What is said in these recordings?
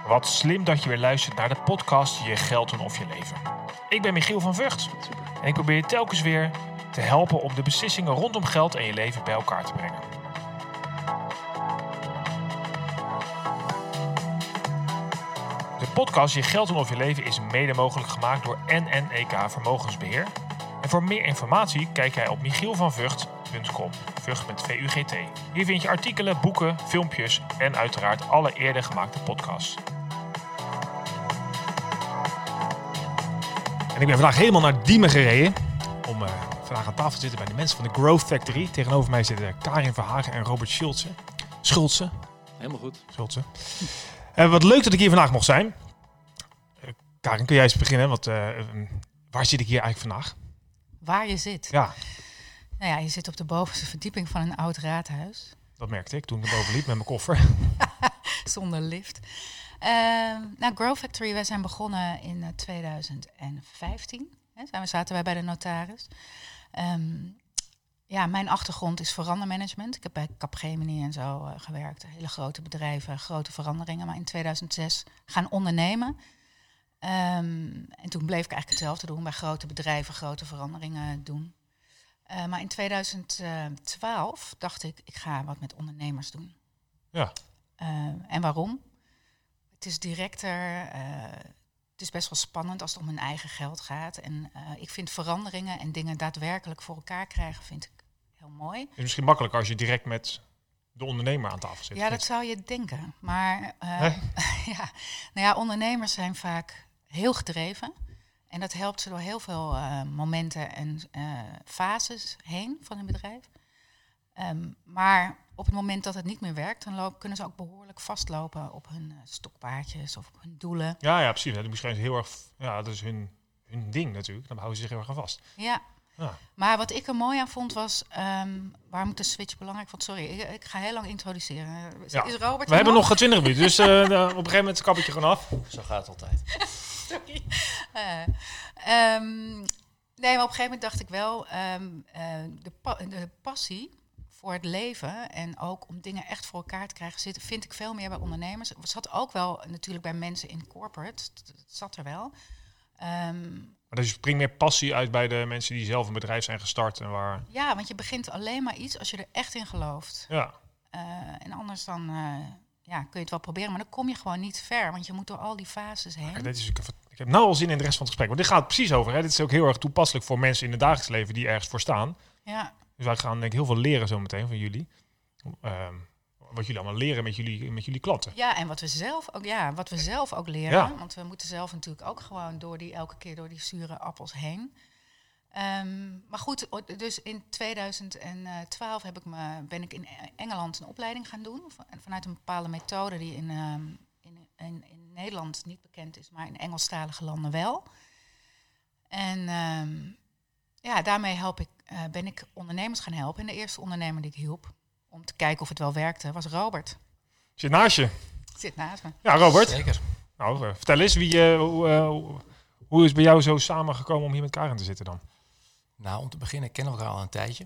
Wat slim dat je weer luistert naar de podcast Je Geld doen of Je Leven. Ik ben Michiel van Vught en ik probeer je telkens weer te helpen om de beslissingen rondom geld en je leven bij elkaar te brengen. De podcast Je Geld doen of Je Leven is mede mogelijk gemaakt door NNEK Vermogensbeheer. En voor meer informatie kijk jij op michielvanvught.com. Vught met VUGT. Hier vind je artikelen, boeken, filmpjes en uiteraard alle eerder gemaakte podcasts. En ik ben vandaag helemaal naar Diemen gereden om vandaag aan tafel te zitten bij de mensen van de Growth Factory. Tegenover mij zitten Karin Verhagen en Robert Schultze. Helemaal goed. Schultze. Wat leuk dat ik hier vandaag mocht zijn. Karin, kun jij eens beginnen? Waar zit ik hier eigenlijk vandaag? Waar je zit? Ja. Nou ja, je zit op de bovenste verdieping van een oud raadhuis. Dat merkte ik toen ik erboven liep met mijn koffer. Zonder lift. Growth Factory, wij zijn begonnen in 2015. Zaten wij bij de notaris. Mijn achtergrond is verandermanagement. Ik heb bij Capgemini en zo gewerkt. Hele grote bedrijven, grote veranderingen. Maar in 2006 gaan ondernemen. En toen bleef ik eigenlijk hetzelfde doen. Bij grote bedrijven, grote veranderingen doen. Maar in 2012 dacht ik ga wat met ondernemers doen. Ja. En waarom? Het is directer. Het is best wel spannend als het om hun eigen geld gaat. En ik vind veranderingen en dingen daadwerkelijk voor elkaar krijgen, vind ik heel mooi. Het is misschien makkelijker als je direct met de ondernemer aan tafel zit. Ja, dat zou je denken. Maar ondernemers zijn vaak heel gedreven. En dat helpt ze door heel veel momenten en fases heen van hun bedrijf. Maar op het moment dat het niet meer werkt, dan kunnen ze ook behoorlijk vastlopen op hun stokpaardjes of op hun doelen. Ja, precies. Dat is misschien heel erg. Ja, dat is hun ding natuurlijk. Dan houden ze zich heel erg aan vast. Ja. Maar wat ik er mooi aan vond was, waar moet de switch belangrijk vond? Sorry, ik ga heel lang introduceren. Is Robert we hebben nog 20 minuten, dus op een gegeven moment kap ik je gewoon af. Zo gaat het altijd. Sorry. Maar op een gegeven moment dacht ik wel, de passie voor het leven en ook om dingen echt voor elkaar te krijgen, vind ik veel meer bij ondernemers. Het zat ook wel natuurlijk bij mensen in corporate, het zat er wel. Maar dus springt meer passie uit bij de mensen die zelf een bedrijf zijn gestart en waar. Ja, want je begint alleen maar iets als je er echt in gelooft. Ja. En anders dan kun je het wel proberen, maar dan kom je gewoon niet ver, want je moet door al die fases heen. Ja, ik heb nou al zin in de rest van het gesprek, want dit gaat precies over. Hè? Dit is ook heel erg toepasselijk voor mensen in het dagelijks leven die ergens voor staan. Ja. Dus wij gaan denk ik heel veel leren zo meteen van jullie. Wat jullie allemaal leren met jullie klanten. Ja, en wat we zelf ook leren. Ja. Want we moeten zelf natuurlijk ook gewoon elke keer door die zure appels heen. Maar goed, dus in 2012 ben ik in Engeland een opleiding gaan doen. Vanuit een bepaalde methode die in Nederland niet bekend is, maar in Engelstalige landen wel. En daarmee ben ik ondernemers gaan helpen. En de eerste ondernemer die ik hielp om te kijken of het wel werkte, was Robert. Zit naast je. Zit naast me. Ja, Robert. Zeker. Nou, vertel eens, hoe is het bij jou zo samengekomen om hier met Karin te zitten dan? Nou, om te beginnen kennen we elkaar al een tijdje.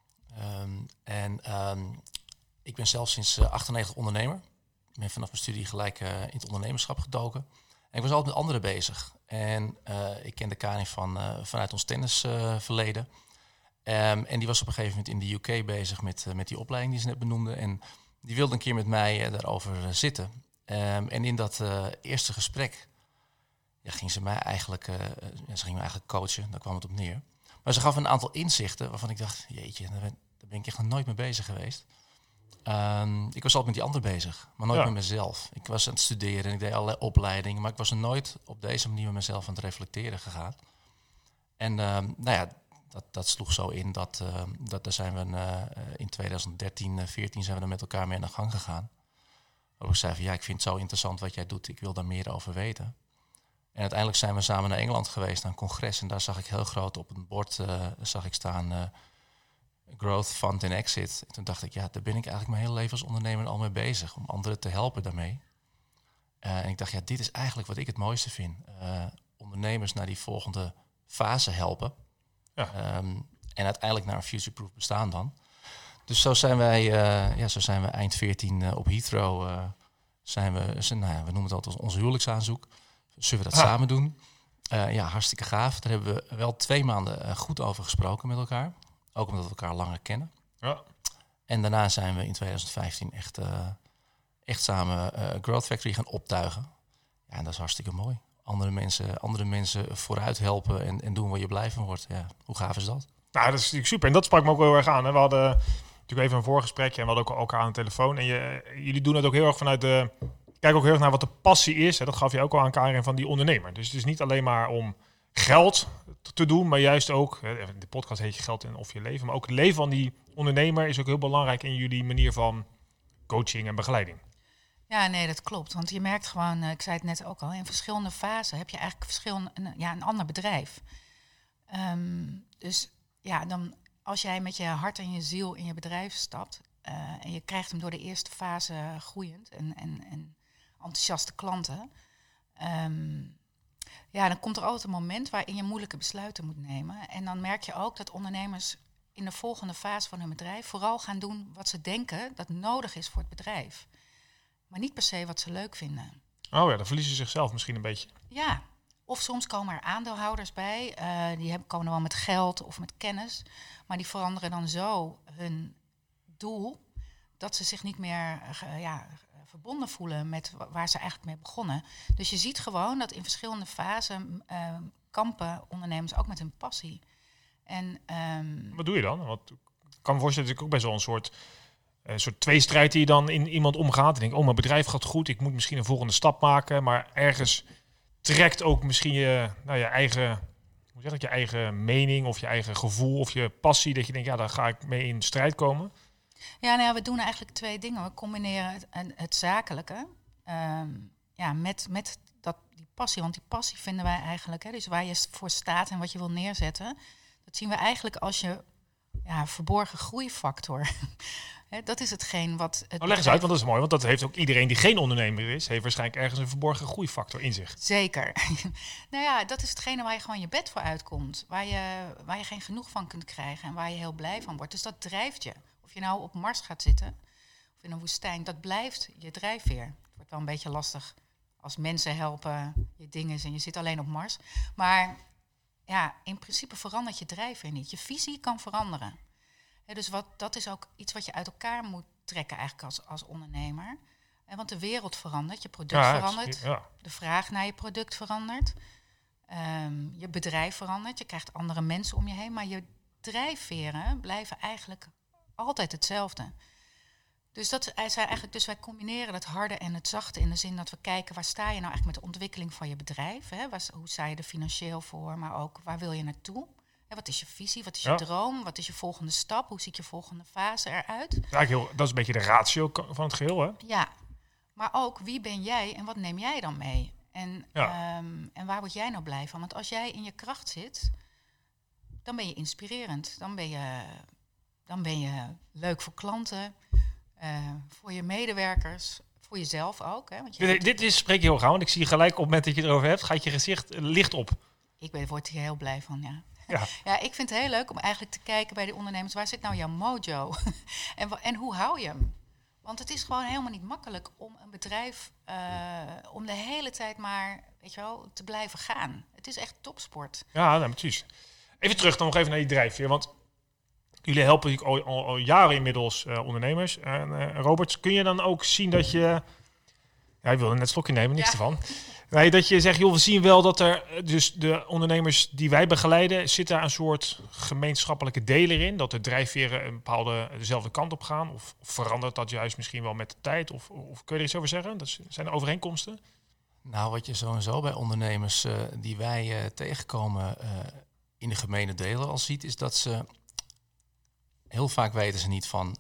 Ik ben zelf sinds 98 ondernemer. Ik ben vanaf mijn studie gelijk in het ondernemerschap gedoken. En ik was altijd met anderen bezig. En ik kende Karin vanuit ons tennisverleden. En die was op een gegeven moment in de UK bezig met die opleiding die ze net benoemde. En die wilde een keer met mij daarover zitten. En in dat eerste gesprek ging ze mij eigenlijk coachen. Daar kwam het op neer. Maar ze gaf een aantal inzichten waarvan ik dacht, jeetje, daar ben ik echt nog nooit mee bezig geweest. Ik was altijd met die ander bezig, maar nooit met mezelf. Ik was aan het studeren en ik deed allerlei opleidingen, maar ik was er nooit op deze manier met mezelf aan het reflecteren gegaan. En dat sloeg zo in dat daar zijn we in 2013, 14 zijn we er met elkaar mee aan de gang gegaan. Waarop ik zei van ik vind het zo interessant wat jij doet, ik wil daar meer over weten. En uiteindelijk zijn we samen naar Engeland geweest, naar een congres. En daar zag ik heel groot op een bord staan Growth Fund and Exit. En toen dacht ik, daar ben ik eigenlijk mijn hele leven als ondernemer al mee bezig. Om anderen te helpen daarmee. En ik dacht, dit is eigenlijk wat ik het mooiste vind. Ondernemers naar die volgende fase helpen. Ja. En uiteindelijk naar een future-proof bestaan dan. Dus zo zijn wij eind 14 op Heathrow we noemen het altijd ons huwelijksaanzoek. Zullen we dat samen doen? Hartstikke gaaf. Daar hebben we wel 2 maanden goed over gesproken met elkaar. Ook omdat we elkaar langer kennen. Ja. En daarna zijn we in 2015 echt samen Growth Factory gaan optuigen. Ja, en dat is hartstikke mooi. Andere mensen vooruit helpen en doen waar je blij van wordt. Ja, hoe gaaf is dat? Nou, dat is natuurlijk super. En dat sprak me ook heel erg aan. Hè. We hadden natuurlijk even een voorgesprekje en we hadden ook elkaar aan de telefoon. En jullie doen het ook heel erg vanuit kijk ook heel erg naar wat de passie is. Hè. Dat gaf je ook al aan, Karin, van die ondernemer. Dus het is niet alleen maar om geld te doen, maar juist ook, de podcast heet je Geld in of je leven, maar ook het leven van die ondernemer is ook heel belangrijk in jullie manier van coaching en begeleiding. Ja, nee, dat klopt. Want je merkt gewoon, ik zei het net ook al, in verschillende fasen heb je eigenlijk een ander bedrijf. Dus ja, dan als jij met je hart en je ziel in je bedrijf stapt en je krijgt hem door de eerste fase groeiend en enthousiaste klanten, dan komt er altijd een moment waarin je moeilijke besluiten moet nemen. En dan merk je ook dat ondernemers in de volgende fase van hun bedrijf vooral gaan doen wat ze denken dat nodig is voor het bedrijf. Maar niet per se wat ze leuk vinden. Oh ja, dan verliezen ze zichzelf misschien een beetje. Ja, of soms komen er aandeelhouders bij. Die komen dan wel met geld of met kennis. Maar die veranderen dan zo hun doel dat ze zich niet meer verbonden voelen met waar ze eigenlijk mee begonnen. Dus je ziet gewoon dat in verschillende fasen kampen ondernemers ook met hun passie. En, wat doe je dan? Want ik kan me voorstellen dat ik ook best wel een soort tweestrijd die dan in iemand omgaat. En denk, mijn bedrijf gaat goed, ik moet misschien een volgende stap maken. Maar ergens trekt ook misschien je eigen mening of je eigen gevoel of je passie. Dat je denkt, daar ga ik mee in strijd komen. Ja, we doen eigenlijk 2 dingen. We combineren het zakelijke met die passie. Want die passie vinden wij eigenlijk, dus waar je voor staat en wat je wil neerzetten. Dat zien we eigenlijk als je verborgen groeifactor. Dat is hetgeen wat... Leg eens uit, want dat is mooi. Want dat heeft ook iedereen die geen ondernemer is, heeft waarschijnlijk ergens een verborgen groeifactor in zich. Zeker. Dat is hetgene waar je gewoon je bed voor uitkomt. Waar je geen genoeg van kunt krijgen en waar je heel blij van wordt. Dus dat drijft je. Of je nou op Mars gaat zitten of in een woestijn, dat blijft je drijfveer. Het wordt wel een beetje lastig als mensen helpen je dingen en je zit alleen op Mars. Maar in principe verandert je drijfveer niet. Je visie kan veranderen. Dus dat is ook iets wat je uit elkaar moet trekken eigenlijk als ondernemer. Want de wereld verandert, je product verandert, de vraag naar je product verandert, je bedrijf verandert, je krijgt andere mensen om je heen, maar je drijfveren blijven eigenlijk altijd hetzelfde. Dus wij combineren het harde en het zachte in de zin dat we kijken waar sta je nou eigenlijk met de ontwikkeling van je bedrijf. Hoe sta je er financieel voor, maar ook waar wil je naartoe? Wat is je visie? Wat is je droom? Wat is je volgende stap? Hoe ziet je volgende fase eruit? Dat is een beetje de ratio van het geheel, hè? Ja, maar ook wie ben jij en wat neem jij dan mee? En waar word jij nou blij van? Want als jij in je kracht zit, dan ben je inspirerend. Dan ben je leuk voor klanten, voor je medewerkers, voor jezelf ook. Hè? Want dit spreek je heel gauw, want ik zie gelijk op het moment dat je het erover hebt, gaat je gezicht licht op. Ik word hier heel blij van, ja. Ja. Ik vind het heel leuk om eigenlijk te kijken bij de ondernemers. Waar zit nou jouw mojo? en hoe hou je hem? Want het is gewoon helemaal niet makkelijk om een bedrijf om de hele tijd maar, te blijven gaan. Het is echt topsport. Ja, precies. Even terug dan nog even naar die drijfveer. Want jullie helpen natuurlijk al jaren inmiddels ondernemers. Robert, kun je dan ook zien dat je... Ja, ik wilde net een slokje nemen, niks ervan. Nee, dat je zegt, we zien wel dat er dus de ondernemers die wij begeleiden, zit daar een soort gemeenschappelijke deler in. Dat de drijfveren een bepaalde dezelfde kant op gaan. Of verandert dat juist misschien wel met de tijd? Of kun je er iets over zeggen? Zijn er overeenkomsten? Nou, wat je sowieso bij ondernemers die wij tegenkomen in de gemene delen al ziet, is dat ze heel vaak weten ze niet van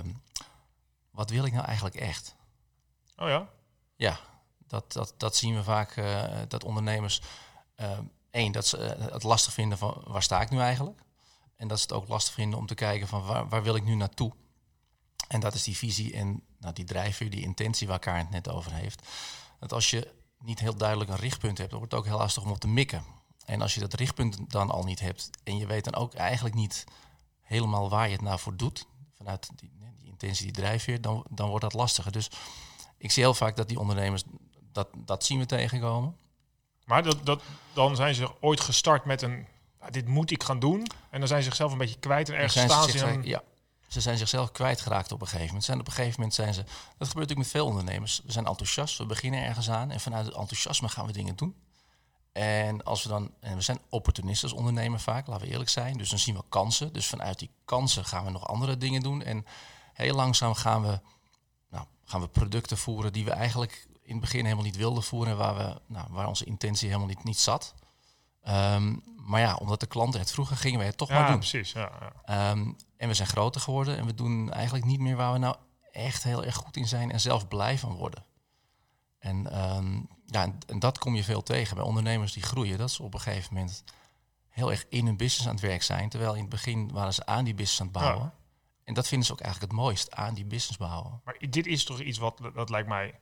wat wil ik nou eigenlijk echt? Oh ja? Ja, dat zien we vaak, dat ondernemers dat ze het lastig vinden van waar sta ik nu eigenlijk? En dat ze het ook lastig vinden om te kijken van waar wil ik nu naartoe? En dat is die visie en die drijfveer, die intentie waar Karin het net over heeft. Dat als je niet heel duidelijk een richtpunt hebt, dan wordt het ook heel lastig om op te mikken. En als je dat richtpunt dan al niet hebt en je weet dan ook eigenlijk niet helemaal waar je het nou voor doet, vanuit die intentie, die drijfveer, dan wordt dat lastiger. Dus ik zie heel vaak dat die ondernemers dat zien we tegenkomen. Maar dan zijn ze ooit gestart met dit moet ik gaan doen. En dan zijn ze zichzelf een beetje kwijt en ergens staan ze. Ze zijn zichzelf kwijtgeraakt op een gegeven moment. Op een gegeven moment zijn ze... Dat gebeurt natuurlijk met veel ondernemers. We zijn enthousiast, we beginnen ergens aan. En vanuit het enthousiasme gaan we dingen doen. En we zijn opportunisten als ondernemer vaak, laten we eerlijk zijn. Dus dan zien we kansen. Dus vanuit die kansen gaan we nog andere dingen doen. En heel langzaam gaan we producten voeren die we eigenlijk in het begin helemaal niet wilden voeren. Waar onze intentie helemaal niet zat. Maar ja, omdat de klanten het vroegen, gingen we het toch maar doen. Precies, ja. En we zijn groter geworden en we doen eigenlijk niet meer waar we nou echt heel erg goed in zijn en zelf blij van worden. En dat kom je veel tegen bij ondernemers die groeien. Dat ze op een gegeven moment heel erg in hun business aan het werk zijn. Terwijl in het begin waren ze aan die business aan het bouwen. Ja. En dat vinden ze ook eigenlijk het mooist, aan die business bouwen. Maar dit is toch iets dat lijkt mij...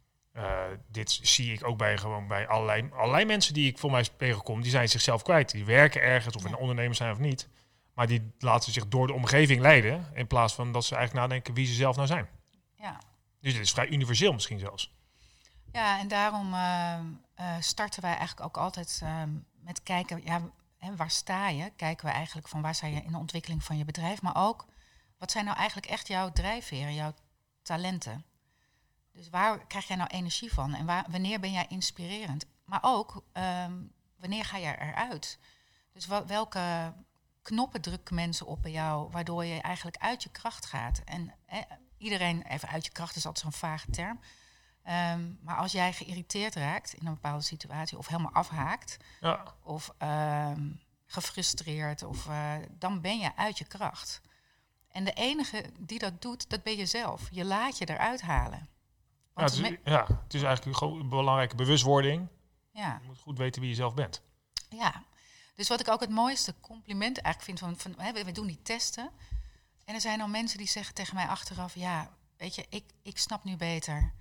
dit zie ik ook bij allerlei mensen die ik voor mij tegenkom. Die zijn zichzelf kwijt. Die werken ergens of een ondernemer zijn of niet. Maar die laten zich door de omgeving leiden. In plaats van dat ze eigenlijk nadenken wie ze zelf nou zijn. Ja. Dus dit is vrij universeel misschien zelfs. Ja, en daarom starten wij eigenlijk ook altijd met kijken... waar sta je? Kijken we eigenlijk van waar sta je in de ontwikkeling van je bedrijf. Maar ook, wat zijn nou eigenlijk echt jouw drijfveren, jouw talenten? Dus waar krijg jij nou energie van? En wanneer ben jij inspirerend? Maar ook, wanneer ga je eruit? Dus welke knoppen drukken mensen op bij jou... waardoor je eigenlijk uit je kracht gaat? En iedereen, even uit je kracht is altijd zo'n vage term... maar als jij geïrriteerd raakt in een bepaalde situatie... of helemaal afhaakt... of gefrustreerd... dan ben je uit je kracht. En de enige die dat doet, dat ben je zelf. Je laat je eruit halen. Het is eigenlijk gewoon een belangrijke bewustwording. Ja. Je moet goed weten wie je zelf bent. Ja, dus wat ik ook het mooiste compliment eigenlijk vind... we doen die testen... en er zijn al mensen die zeggen tegen mij achteraf... ja, weet je, ik snap nu beter...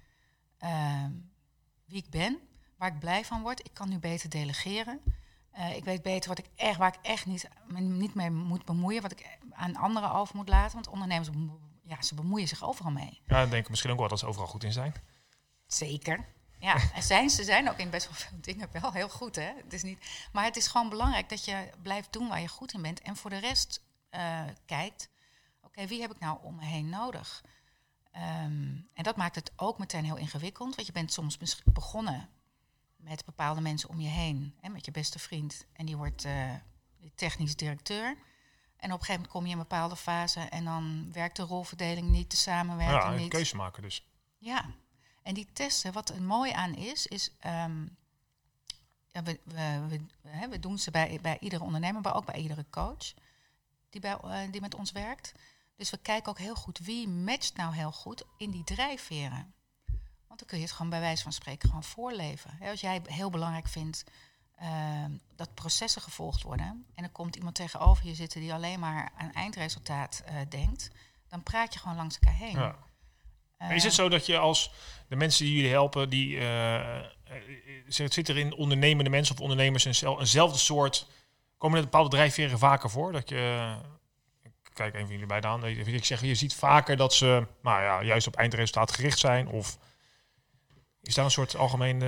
wie ik ben, waar ik blij van word. Ik kan nu beter delegeren. Ik weet beter waar ik echt niet mee moet bemoeien. Wat ik aan anderen over moet laten. Want ondernemers, ze bemoeien zich overal mee. Ja, dan denken misschien ook wel dat ze overal goed in zijn. Zeker. Ja, en ze zijn ook in best wel veel dingen wel heel goed. Hè? Maar het is gewoon belangrijk dat je blijft doen waar je goed in bent. En voor de rest kijkt, oké, wie heb ik nou om me heen nodig? En dat maakt het ook meteen heel ingewikkeld. Want je bent soms begonnen met bepaalde mensen om je heen. Hè, met je beste vriend. En die wordt technisch directeur. En op een gegeven moment kom je in een bepaalde fase... en dan werkt de rolverdeling niet, de samenwerking niet. Ja, keuze maken dus. Ja, en die testen, wat er mooi aan is... we doen ze bij iedere ondernemer... maar ook bij iedere coach die met ons werkt... Dus we kijken ook heel goed wie matcht nou heel goed in die drijfveren. Want dan kun je het gewoon bij wijze van spreken gewoon voorleven. Als jij heel belangrijk vindt dat processen gevolgd worden... en er komt iemand tegenover je zitten die alleen maar aan eindresultaat denkt... dan praat je gewoon langs elkaar heen. Ja. Is het zo dat je als de mensen die jullie helpen... zit er in ondernemende mensen of ondernemers eenzelfde soort... komen er bepaalde drijfveren vaker voor? Dat je... Kijk even jullie beiden aan. Ik zeg, je ziet vaker dat ze juist op eindresultaat gericht zijn. Of is daar een soort algemeen...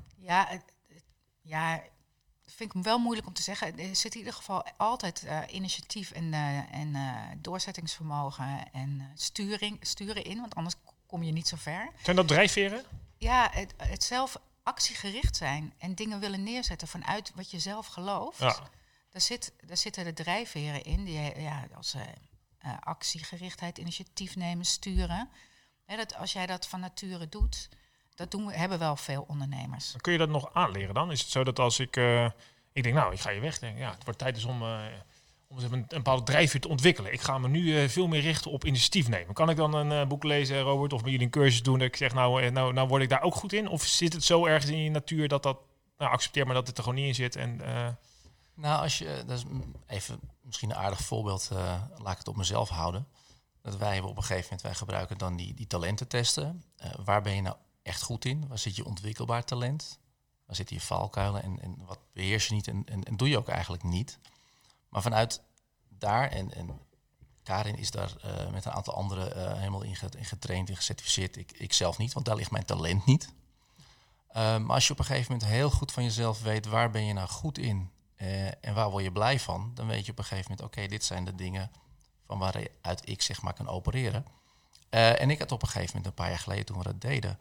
Ja, vind ik wel moeilijk om te zeggen. Er zit in ieder geval altijd initiatief en doorzettingsvermogen en sturen in. Want anders kom je niet zo ver. Zijn dat drijfveren? Ja, het zelf actiegericht zijn en dingen willen neerzetten vanuit wat je zelf gelooft. Ja. Daar zitten de drijfveren in, als actiegerichtheid, initiatief nemen, sturen. Dat als jij dat van nature doet, hebben wel veel ondernemers. Kun je dat nog aanleren dan? Is het zo dat als ik denk, ik ga je weg, denk het wordt tijd om een bepaalde drijfveer te ontwikkelen. Ik ga me nu veel meer richten op initiatief nemen. Kan ik dan een boek lezen, Robert, of met jullie een cursus doen dat ik zeg, nou word ik daar ook goed in? Of zit het zo ergens in je natuur dat accepteer maar dat het er gewoon niet in zit en... dat is even misschien een aardig voorbeeld, laat ik het op mezelf houden. Dat wij hebben op een gegeven moment, wij gebruiken dan die talententesten. Waar ben je nou echt goed in? Waar zit je ontwikkelbaar talent? Waar zitten je valkuilen en wat beheers je niet en doe je ook eigenlijk niet? Maar vanuit daar, en Karin is daar met een aantal anderen helemaal in getraind en gecertificeerd. Ik zelf niet, want daar ligt mijn talent niet. Maar als je op een gegeven moment heel goed van jezelf weet... waar ben je nou goed in en waar word je blij van... dan weet je op een gegeven moment... oké, dit zijn de dingen van waaruit ik zeg maar kan opereren. En ik had op een gegeven moment, een paar jaar geleden toen we dat deden...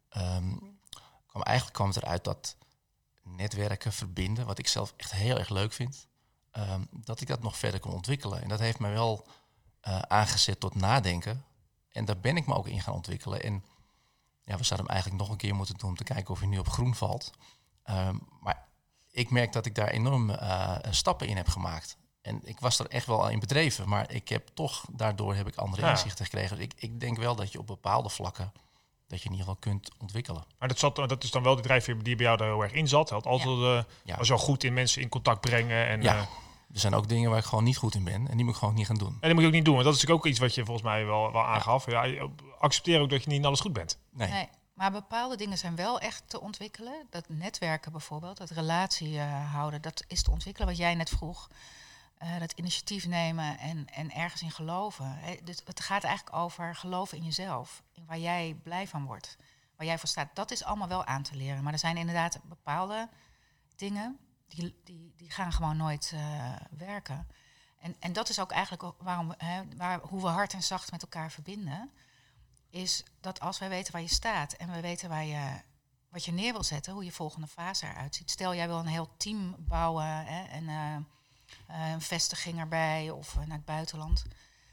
kwam het eruit dat netwerken, verbinden... wat ik zelf echt heel erg leuk vind... dat ik dat nog verder kon ontwikkelen. En dat heeft mij wel aangezet tot nadenken. En daar ben ik me ook in gaan ontwikkelen. En ja, we zouden hem eigenlijk nog een keer moeten doen... om te kijken of hij nu op groen valt. Maar ik merk dat ik daar enorm stappen in heb gemaakt. En ik was er echt wel in bedreven. Maar ik heb toch, daardoor heb ik andere inzichten gekregen. Dus ik denk wel dat je op bepaalde vlakken... dat je in ieder geval kunt ontwikkelen. Maar dat is dan wel de drijfveer die bij jou er heel erg in zat. Had altijd was wel goed in mensen in contact brengen. En, er zijn ook dingen waar ik gewoon niet goed in ben. En die moet ik gewoon niet gaan doen. En die moet je ook niet doen. Want dat is natuurlijk ook iets wat je volgens mij wel aangaf. Ja, accepteer ook dat je niet in alles goed bent. Nee, maar bepaalde dingen zijn wel echt te ontwikkelen. Dat netwerken bijvoorbeeld, dat relatie houden, dat is te ontwikkelen. Wat jij net vroeg. Dat initiatief nemen en ergens in geloven. Dus het gaat eigenlijk over geloven in jezelf. In waar jij blij van wordt. Waar jij voor staat. Dat is allemaal wel aan te leren. Maar er zijn inderdaad bepaalde dingen... die gaan gewoon nooit werken. En dat is ook eigenlijk waarom, hoe we hard en zacht met elkaar verbinden... is dat als wij weten waar je staat... en we weten wat je neer wil zetten... hoe je volgende fase eruit ziet. Stel, jij wil een heel team bouwen... en een vestiging erbij of naar het buitenland.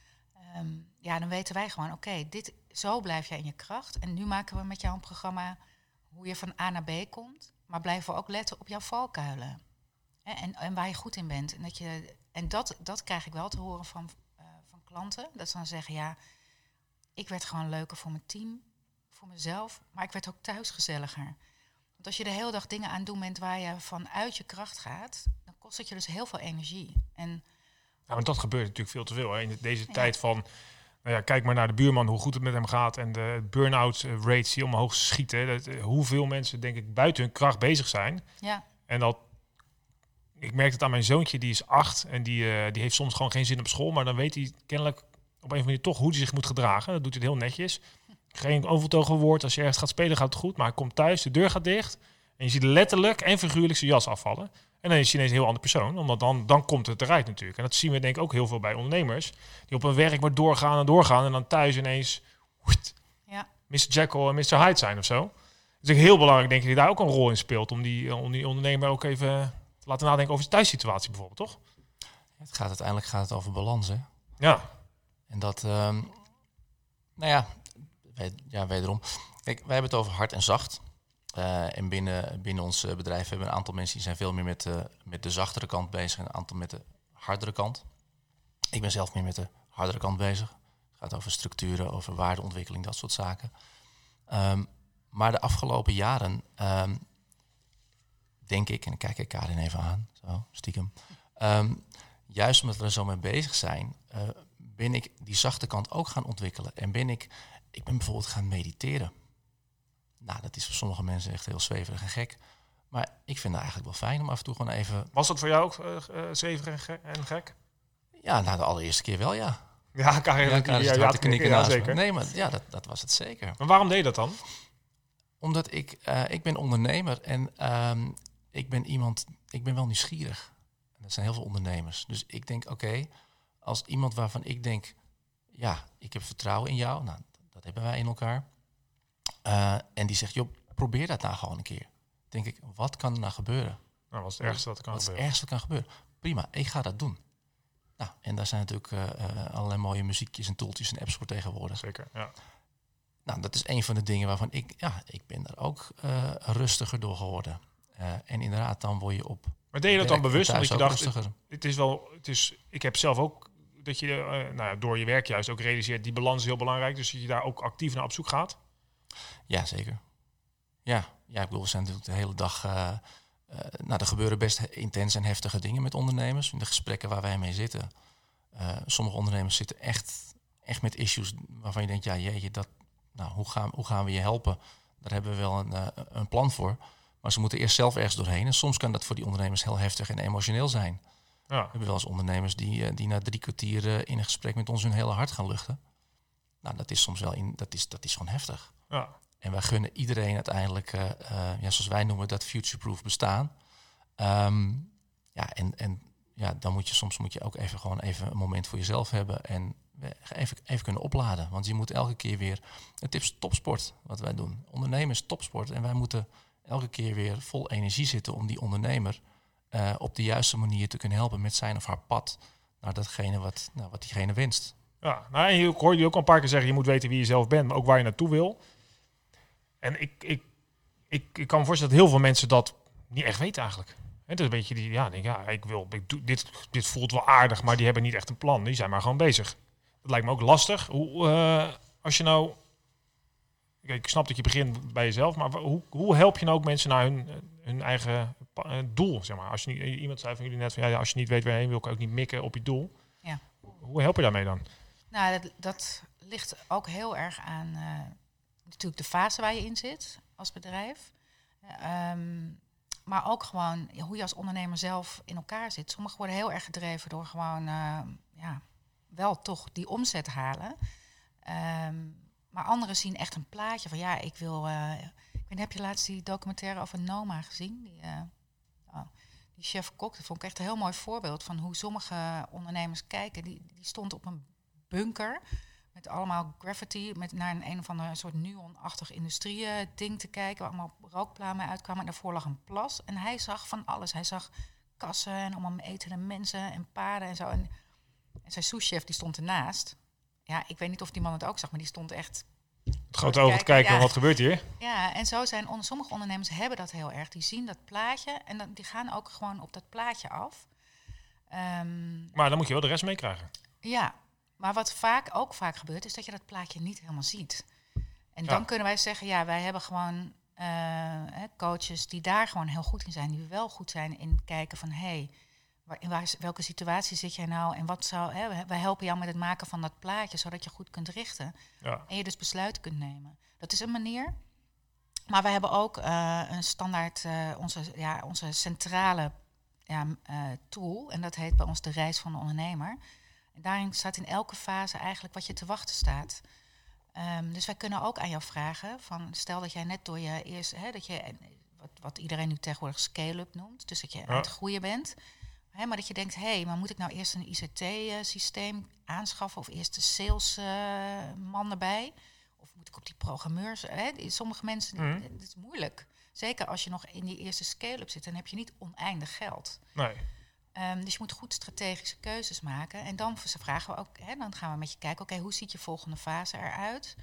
Dan weten wij gewoon, oké, zo blijf jij in je kracht. En nu maken we met jou een programma hoe je van A naar B komt. Maar blijven we ook letten op jouw valkuilen. En waar je goed in bent. En dat krijg ik wel te horen van klanten. Dat ze dan zeggen, ik werd gewoon leuker voor mijn team, voor mezelf. Maar ik werd ook thuis gezelliger. Want als je de hele dag dingen aan het doen bent waar je vanuit je kracht gaat... dan kost het je dus heel veel energie. Maar dat gebeurt natuurlijk veel te veel. Hè? In deze tijd van... kijk maar naar de buurman, hoe goed het met hem gaat... en de burn-out rates die omhoog schieten. Hoeveel mensen, denk ik, buiten hun kracht bezig zijn. Ja. En ik merk het aan mijn zoontje, die is 8... en die heeft soms gewoon geen zin op school... maar dan weet hij kennelijk op een of andere manier toch hoe hij zich moet gedragen. Dat doet hij heel netjes. Geen overtogen woord. Als je ergens gaat spelen, gaat het goed. Maar hij komt thuis, de deur gaat dicht... en je ziet letterlijk en figuurlijk zijn jas afvallen... En dan is hij ineens een heel ander persoon. Omdat dan komt het eruit natuurlijk. En dat zien we denk ik ook heel veel bij ondernemers. Die op hun werk maar doorgaan. En dan thuis ineens Mr. Jekyll en Mr. Hyde zijn of zo. Het is heel belangrijk denk ik dat hij daar ook een rol in speelt. Om die ondernemer ook even te laten nadenken over zijn thuissituatie bijvoorbeeld, toch? Uiteindelijk gaat het over balans, hè? Ja. En dat, wederom. Kijk, wij hebben het over hard en zacht. En binnen ons bedrijf hebben we een aantal mensen die zijn veel meer met de zachtere kant bezig en een aantal met de hardere kant. Ik ben zelf meer met de hardere kant bezig. Het gaat over structuren, over waardeontwikkeling, dat soort zaken. Maar de afgelopen jaren, denk ik, en dan kijk ik Karin even aan, zo stiekem. Juist omdat we er zo mee bezig zijn, ben ik die zachte kant ook gaan ontwikkelen. En ik ben bijvoorbeeld gaan mediteren. Nou, dat is voor sommige mensen echt heel zweverig en gek. Maar ik vind het eigenlijk wel fijn om af en toe gewoon even... Was dat voor jou ook zweverig en gek? Ja, nou de allereerste keer wel, ja. Ja, Karin te knikken. Ja, zeker. Nee, maar ja, dat was het zeker. Maar waarom deed je dat dan? Omdat ik ben ondernemer en ik ben wel nieuwsgierig. En dat zijn heel veel ondernemers. Dus ik denk, oké, als iemand waarvan ik denk... ja, ik heb vertrouwen in jou. Nou, dat hebben wij in elkaar. En die zegt, joh, probeer dat nou gewoon een keer. Denk ik, wat kan er nou gebeuren? Nou, wat is het ergste wat er kan gebeuren? Het ergste wat kan gebeuren? Prima, ik ga dat doen. Nou, en daar zijn natuurlijk allerlei mooie muziekjes en tooltjes en apps voor tegenwoordig. Zeker, ja. Nou, dat is een van de dingen waarvan ik ben er ook rustiger door geworden. En inderdaad, dan word je op... Maar deed je dat dan bewust? Omdat je dacht, rustiger. Ik heb zelf ook dat je door je werk juist ook realiseert, die balans is heel belangrijk. Dus dat je daar ook actief naar op zoek gaat. Ja, zeker. Ja, ik bedoel, we zijn natuurlijk de hele dag... er gebeuren best intense en heftige dingen met ondernemers. In de gesprekken waar wij mee zitten. Sommige ondernemers zitten echt met issues waarvan je denkt, ja jeetje, hoe gaan we je helpen? Daar hebben we wel een plan voor. Maar ze moeten eerst zelf ergens doorheen. En soms kan dat voor die ondernemers heel heftig en emotioneel zijn. We hebben wel eens ondernemers die na 3 kwartier in een gesprek met ons hun hele hart gaan luchten. Nou, dat is soms wel dat is gewoon heftig. Ja. En wij gunnen iedereen uiteindelijk, zoals wij noemen dat future-proof bestaan. Dan moet je ook even een moment voor jezelf hebben en even kunnen opladen. Want je moet elke keer weer, het is topsport wat wij doen. Ondernemen is topsport en wij moeten elke keer weer vol energie zitten om die ondernemer op de juiste manier te kunnen helpen met zijn of haar pad naar datgene wat diegene wenst. Ja, nou, en ik hoor je ook al een paar keer zeggen, je moet weten wie je zelf bent, maar ook waar je naartoe wil. En ik kan me voorstellen dat heel veel mensen dat niet echt weten eigenlijk. Het is een beetje dit voelt wel aardig, maar die hebben niet echt een plan. Die zijn maar gewoon bezig. Dat lijkt me ook lastig. Als je nou, ik snap dat je begint bij jezelf, maar hoe help je nou ook mensen naar hun eigen doel, zeg maar? Als je iemand zei van jullie net van als je niet weet waar je heen wil, kan je ook niet mikken op je doel. Ja. Hoe help je daarmee dan? Nou, dat ligt ook heel erg aan natuurlijk de fase waar je in zit als bedrijf. Maar ook gewoon hoe je als ondernemer zelf in elkaar zit. Sommigen worden heel erg gedreven door gewoon wel toch die omzet halen. Maar anderen zien echt een plaatje van ik wil... heb je laatst die documentaire over Noma gezien? Die chef-kok, dat vond ik echt een heel mooi voorbeeld van hoe sommige ondernemers kijken. Die stond op een bunker met allemaal graffiti, naar een of ander soort neonachtig industrie-ding te kijken, waar allemaal rookpluimen uitkwamen. En daarvoor lag een plas. En hij zag van alles. Hij zag kassen en allemaal etende mensen en paarden en zo. En zijn souschef die stond ernaast. Ja, ik weet niet of die man het ook zag, maar die stond echt... Het grote ogen te kijken, wat gebeurt hier? Ja, en zo zijn sommige ondernemers hebben dat heel erg. Die zien dat plaatje en die gaan ook gewoon op dat plaatje af. Maar dan moet je wel de rest meekrijgen. Ja, maar wat vaak gebeurt, is dat je dat plaatje niet helemaal ziet. En dan kunnen wij zeggen, wij hebben gewoon coaches die daar gewoon heel goed in zijn. Die wel goed zijn in kijken van, welke situatie zit jij nou? En wij helpen jou met het maken van dat plaatje, zodat je goed kunt richten. Ja. En je dus besluiten kunt nemen. Dat is een manier. Maar we hebben ook een standaard, onze centrale tool. En dat heet bij ons de reis van de ondernemer. En daarin staat in elke fase eigenlijk wat je te wachten staat. Dus wij kunnen ook aan jou vragen, stel dat jij net door je eerste, wat iedereen nu tegenwoordig scale-up noemt, dus dat je aan het groeien bent. Maar dat je denkt, maar moet ik nou eerst een ICT-systeem aanschaffen of eerst de salesman erbij? Of moet ik op die programmeurs? Sommige mensen, het is moeilijk. Zeker als je nog in die eerste scale-up zit, dan heb je niet oneindig geld. Nee. Dus je moet goed strategische keuzes maken. En dan vragen we ook, dan gaan we met je kijken, hoe ziet je volgende fase eruit?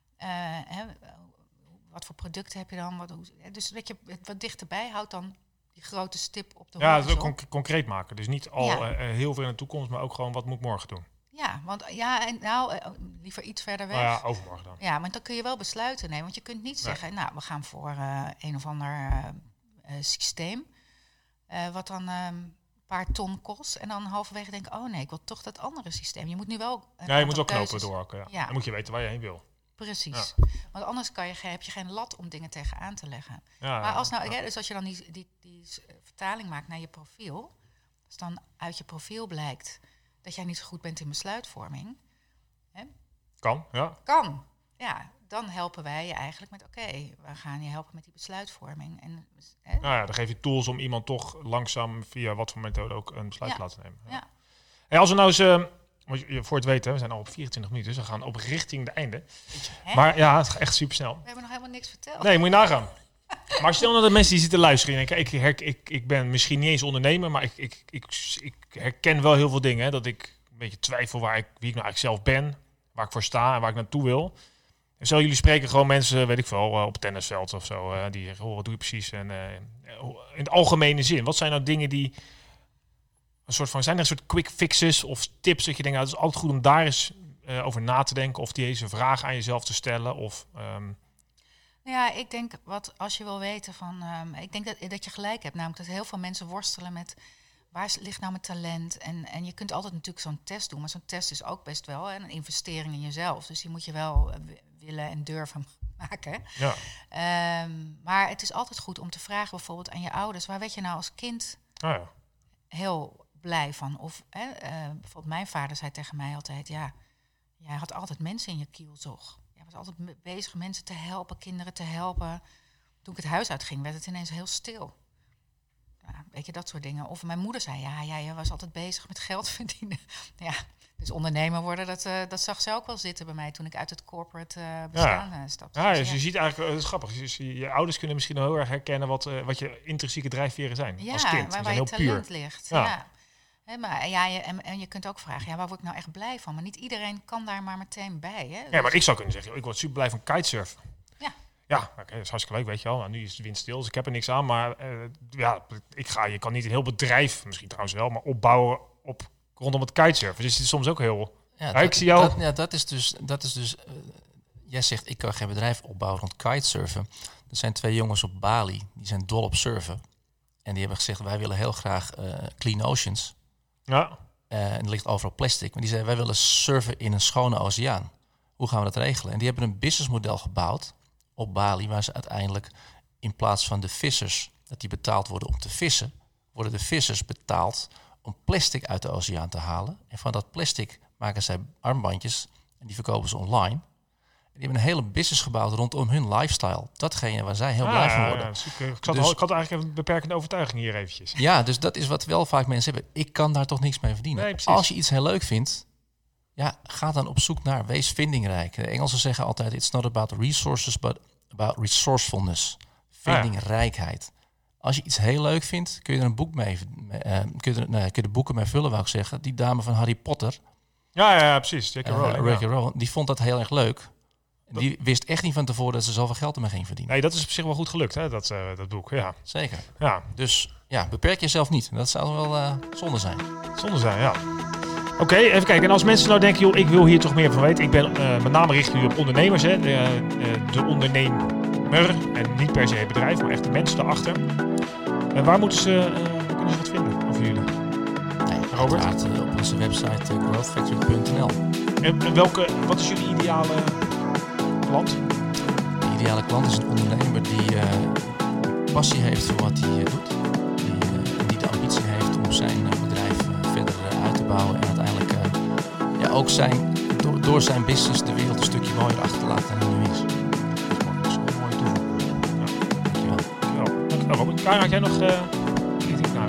Wat voor producten heb je dan? Dus dat je het wat dichterbij houdt dan die grote stip op de horizon. Ja, dat ook concreet maken. Dus niet al heel veel in de toekomst, maar ook gewoon wat moet ik morgen doen. Ja, want liever iets verder weg. Nou ja, overmorgen dan. Ja, maar dan kun je wel besluiten nemen. Want je kunt niet zeggen, we gaan voor een of ander systeem. Wat dan een paar ton kost. En dan halverwege denken, ik wil toch dat andere systeem. Je moet nu wel... je moet wel knopen doorhakken. Ja. Dan moet je weten waar je heen wil. Precies. Ja. Want anders heb je geen lat om dingen tegenaan te leggen. Ja, maar dus als je dan die vertaling maakt naar je profiel, als dan uit je profiel blijkt dat jij niet zo goed bent in besluitvorming. Kan, ja. Kan, ja. Dan helpen wij je eigenlijk met, we gaan je helpen met die besluitvorming. En, dan geef je tools om iemand toch langzaam via wat voor methode ook een besluit te laten nemen. Ja. En als we nou eens... voor het weten, we zijn al op 24 minuten, dus we gaan op richting de einde. Maar ja, het gaat echt super snel. We hebben nog helemaal niks verteld. Nee, moet je nagaan. Maar stel nou dat mensen die zitten luisteren en denken, ik ben misschien niet eens ondernemer, maar ik herken wel heel veel dingen. Hè, dat ik een beetje twijfel wie ik nou eigenlijk zelf ben, waar ik voor sta en waar ik naartoe wil. En zo jullie spreken gewoon mensen, weet ik veel, op het tennisveld of zo, die zeggen, wat doe je precies? En in de algemene zin, wat zijn nou dingen die... zijn er een soort quick fixes of tips dat je denkt, het is altijd goed om daar eens over na te denken of deze vraag aan jezelf te stellen? Of, Ja, ik denk als je wil weten ik denk dat je gelijk hebt, namelijk dat heel veel mensen worstelen met waar ligt nou mijn talent? En je kunt altijd natuurlijk zo'n test doen, maar zo'n test is ook best wel een investering in jezelf. Dus die moet je wel willen en durven maken. Ja. Maar het is altijd goed om te vragen bijvoorbeeld aan je ouders, waar werd je nou als kind heel blij van. Of bijvoorbeeld mijn vader zei tegen mij altijd... ja, jij had altijd mensen in je kielzog. Jij was altijd bezig mensen te helpen, kinderen te helpen. Toen ik het huis uitging, werd het ineens heel stil. Ja, weet je, dat soort dingen. Of mijn moeder zei, jij was altijd bezig met geld verdienen. Ja, dus ondernemer worden, dat zag ze ook wel zitten bij mij... toen ik uit het corporate bestaan stapte. Ja, dus je ziet eigenlijk, dat is grappig. Dus je ouders kunnen misschien heel erg herkennen... wat je intrinsieke drijfveren zijn als kind. Waar je heel talent puur. ligt. Ja. Maar en je kunt ook vragen, waar word ik nou echt blij van? Maar niet iedereen kan daar maar meteen bij. Hè? Ja, maar ik zou kunnen zeggen, ik word super blij van kitesurfen. Ja, dat is hartstikke leuk, weet je wel. Nou, nu is het windstil, dus ik heb er niks aan. Maar je kan niet een heel bedrijf, misschien trouwens wel... maar opbouwen rondom het kitesurfen. Dus het is soms ook heel... ik zie jou... Dat is dus jij zegt, ik kan geen bedrijf opbouwen rond kitesurfen. Er zijn 2 jongens op Bali, die zijn dol op surfen. En die hebben gezegd, wij willen heel graag clean oceans. Ja. En er ligt overal plastic. Maar die zeiden, wij willen surfen in een schone oceaan. Hoe gaan we dat regelen? En die hebben een businessmodel gebouwd op Bali... waar ze uiteindelijk in plaats van de vissers... dat die betaald worden om te vissen... worden de vissers betaald om plastic uit de oceaan te halen. En van dat plastic maken zij armbandjes... en die verkopen ze online... Die hebben een hele business gebouwd rondom hun lifestyle. Datgene waar zij heel blij van worden. Ja, ik had eigenlijk een beperkende overtuiging hier eventjes. Ja, dus dat is wat wel vaak mensen hebben. Ik kan daar toch niks mee verdienen. Nee, als je iets heel leuk vindt, ga dan op zoek naar. Wees vindingrijk. De Engelsen zeggen altijd, it's not about resources, but about resourcefulness. Vindingrijkheid. Als je iets heel leuk vindt, kun je er een boek mee... kun je de boeken mee vullen, wou ik zeggen. Die dame van Harry Potter. Ja, precies. J.K. Rowling. Die vond dat heel erg leuk. Die wist echt niet van tevoren dat ze zoveel geld ermee ging verdienen. Nee, dat is op zich wel goed gelukt, hè, dat boek. Ja. Zeker. Ja. Dus beperk jezelf niet. Dat zou wel zonde zijn. Zonde zijn, ja. Oké, even kijken. En als mensen nou denken, joh, ik wil hier toch meer van weten. Ik ben met name richt nu op ondernemers, hè. De ondernemer. En niet per se het bedrijf, maar echt de mensen erachter. Waar moeten kunnen ze wat vinden over jullie? Robert? Uiteraard op onze website growthfactory.nl. En wat is jullie ideale klant? De ideale klant is een ondernemer die passie heeft voor wat hij doet. Die de ambitie heeft om zijn bedrijf verder uit te bouwen. En uiteindelijk ook door zijn business de wereld een stukje mooier achter te laten dan hij nu is. Dat is een mooie toevoeging. Ja. Dankjewel, Robert. Karen, had jij nog iets naar?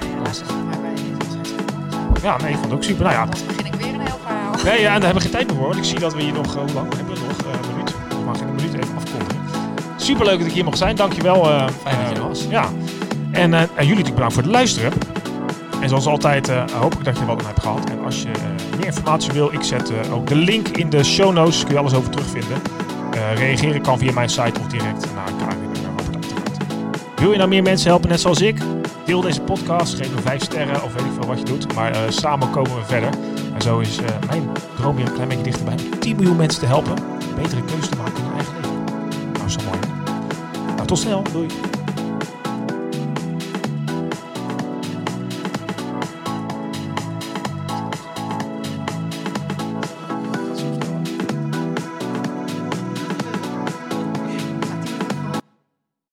Ja, nee, ik vond het ook super. Nou ja. Dan begin ik weer een heel verhaal. Nee, en daar hebben we geen tijd meer voor. Want ik zie dat we hier nog... hoe lang hebben we nog? Een minuut. Ik mag in een minuut even afkondigen. Superleuk dat ik hier mocht zijn. Dankjewel. Fijn dat je er was. Ja. En jullie natuurlijk bedankt voor het luisteren. En zoals altijd hoop ik dat je wat aan hebt gehad. En als je meer informatie wil, ik zet ook de link in de show notes. Kun je alles over terugvinden. Reageren kan via mijn site of direct naar Karin en Robert uiteraard. Wil je nou meer mensen helpen, net zoals ik? Deel deze podcast, geef me 5 sterren of weet ik veel wat je doet. Maar samen komen we verder. En zo is mijn droom weer een klein beetje dichterbij. Om 10 miljoen mensen te helpen. Een betere keuze te maken in hun eigen leven. Nou, zo mooi. Nou, tot snel. Doei.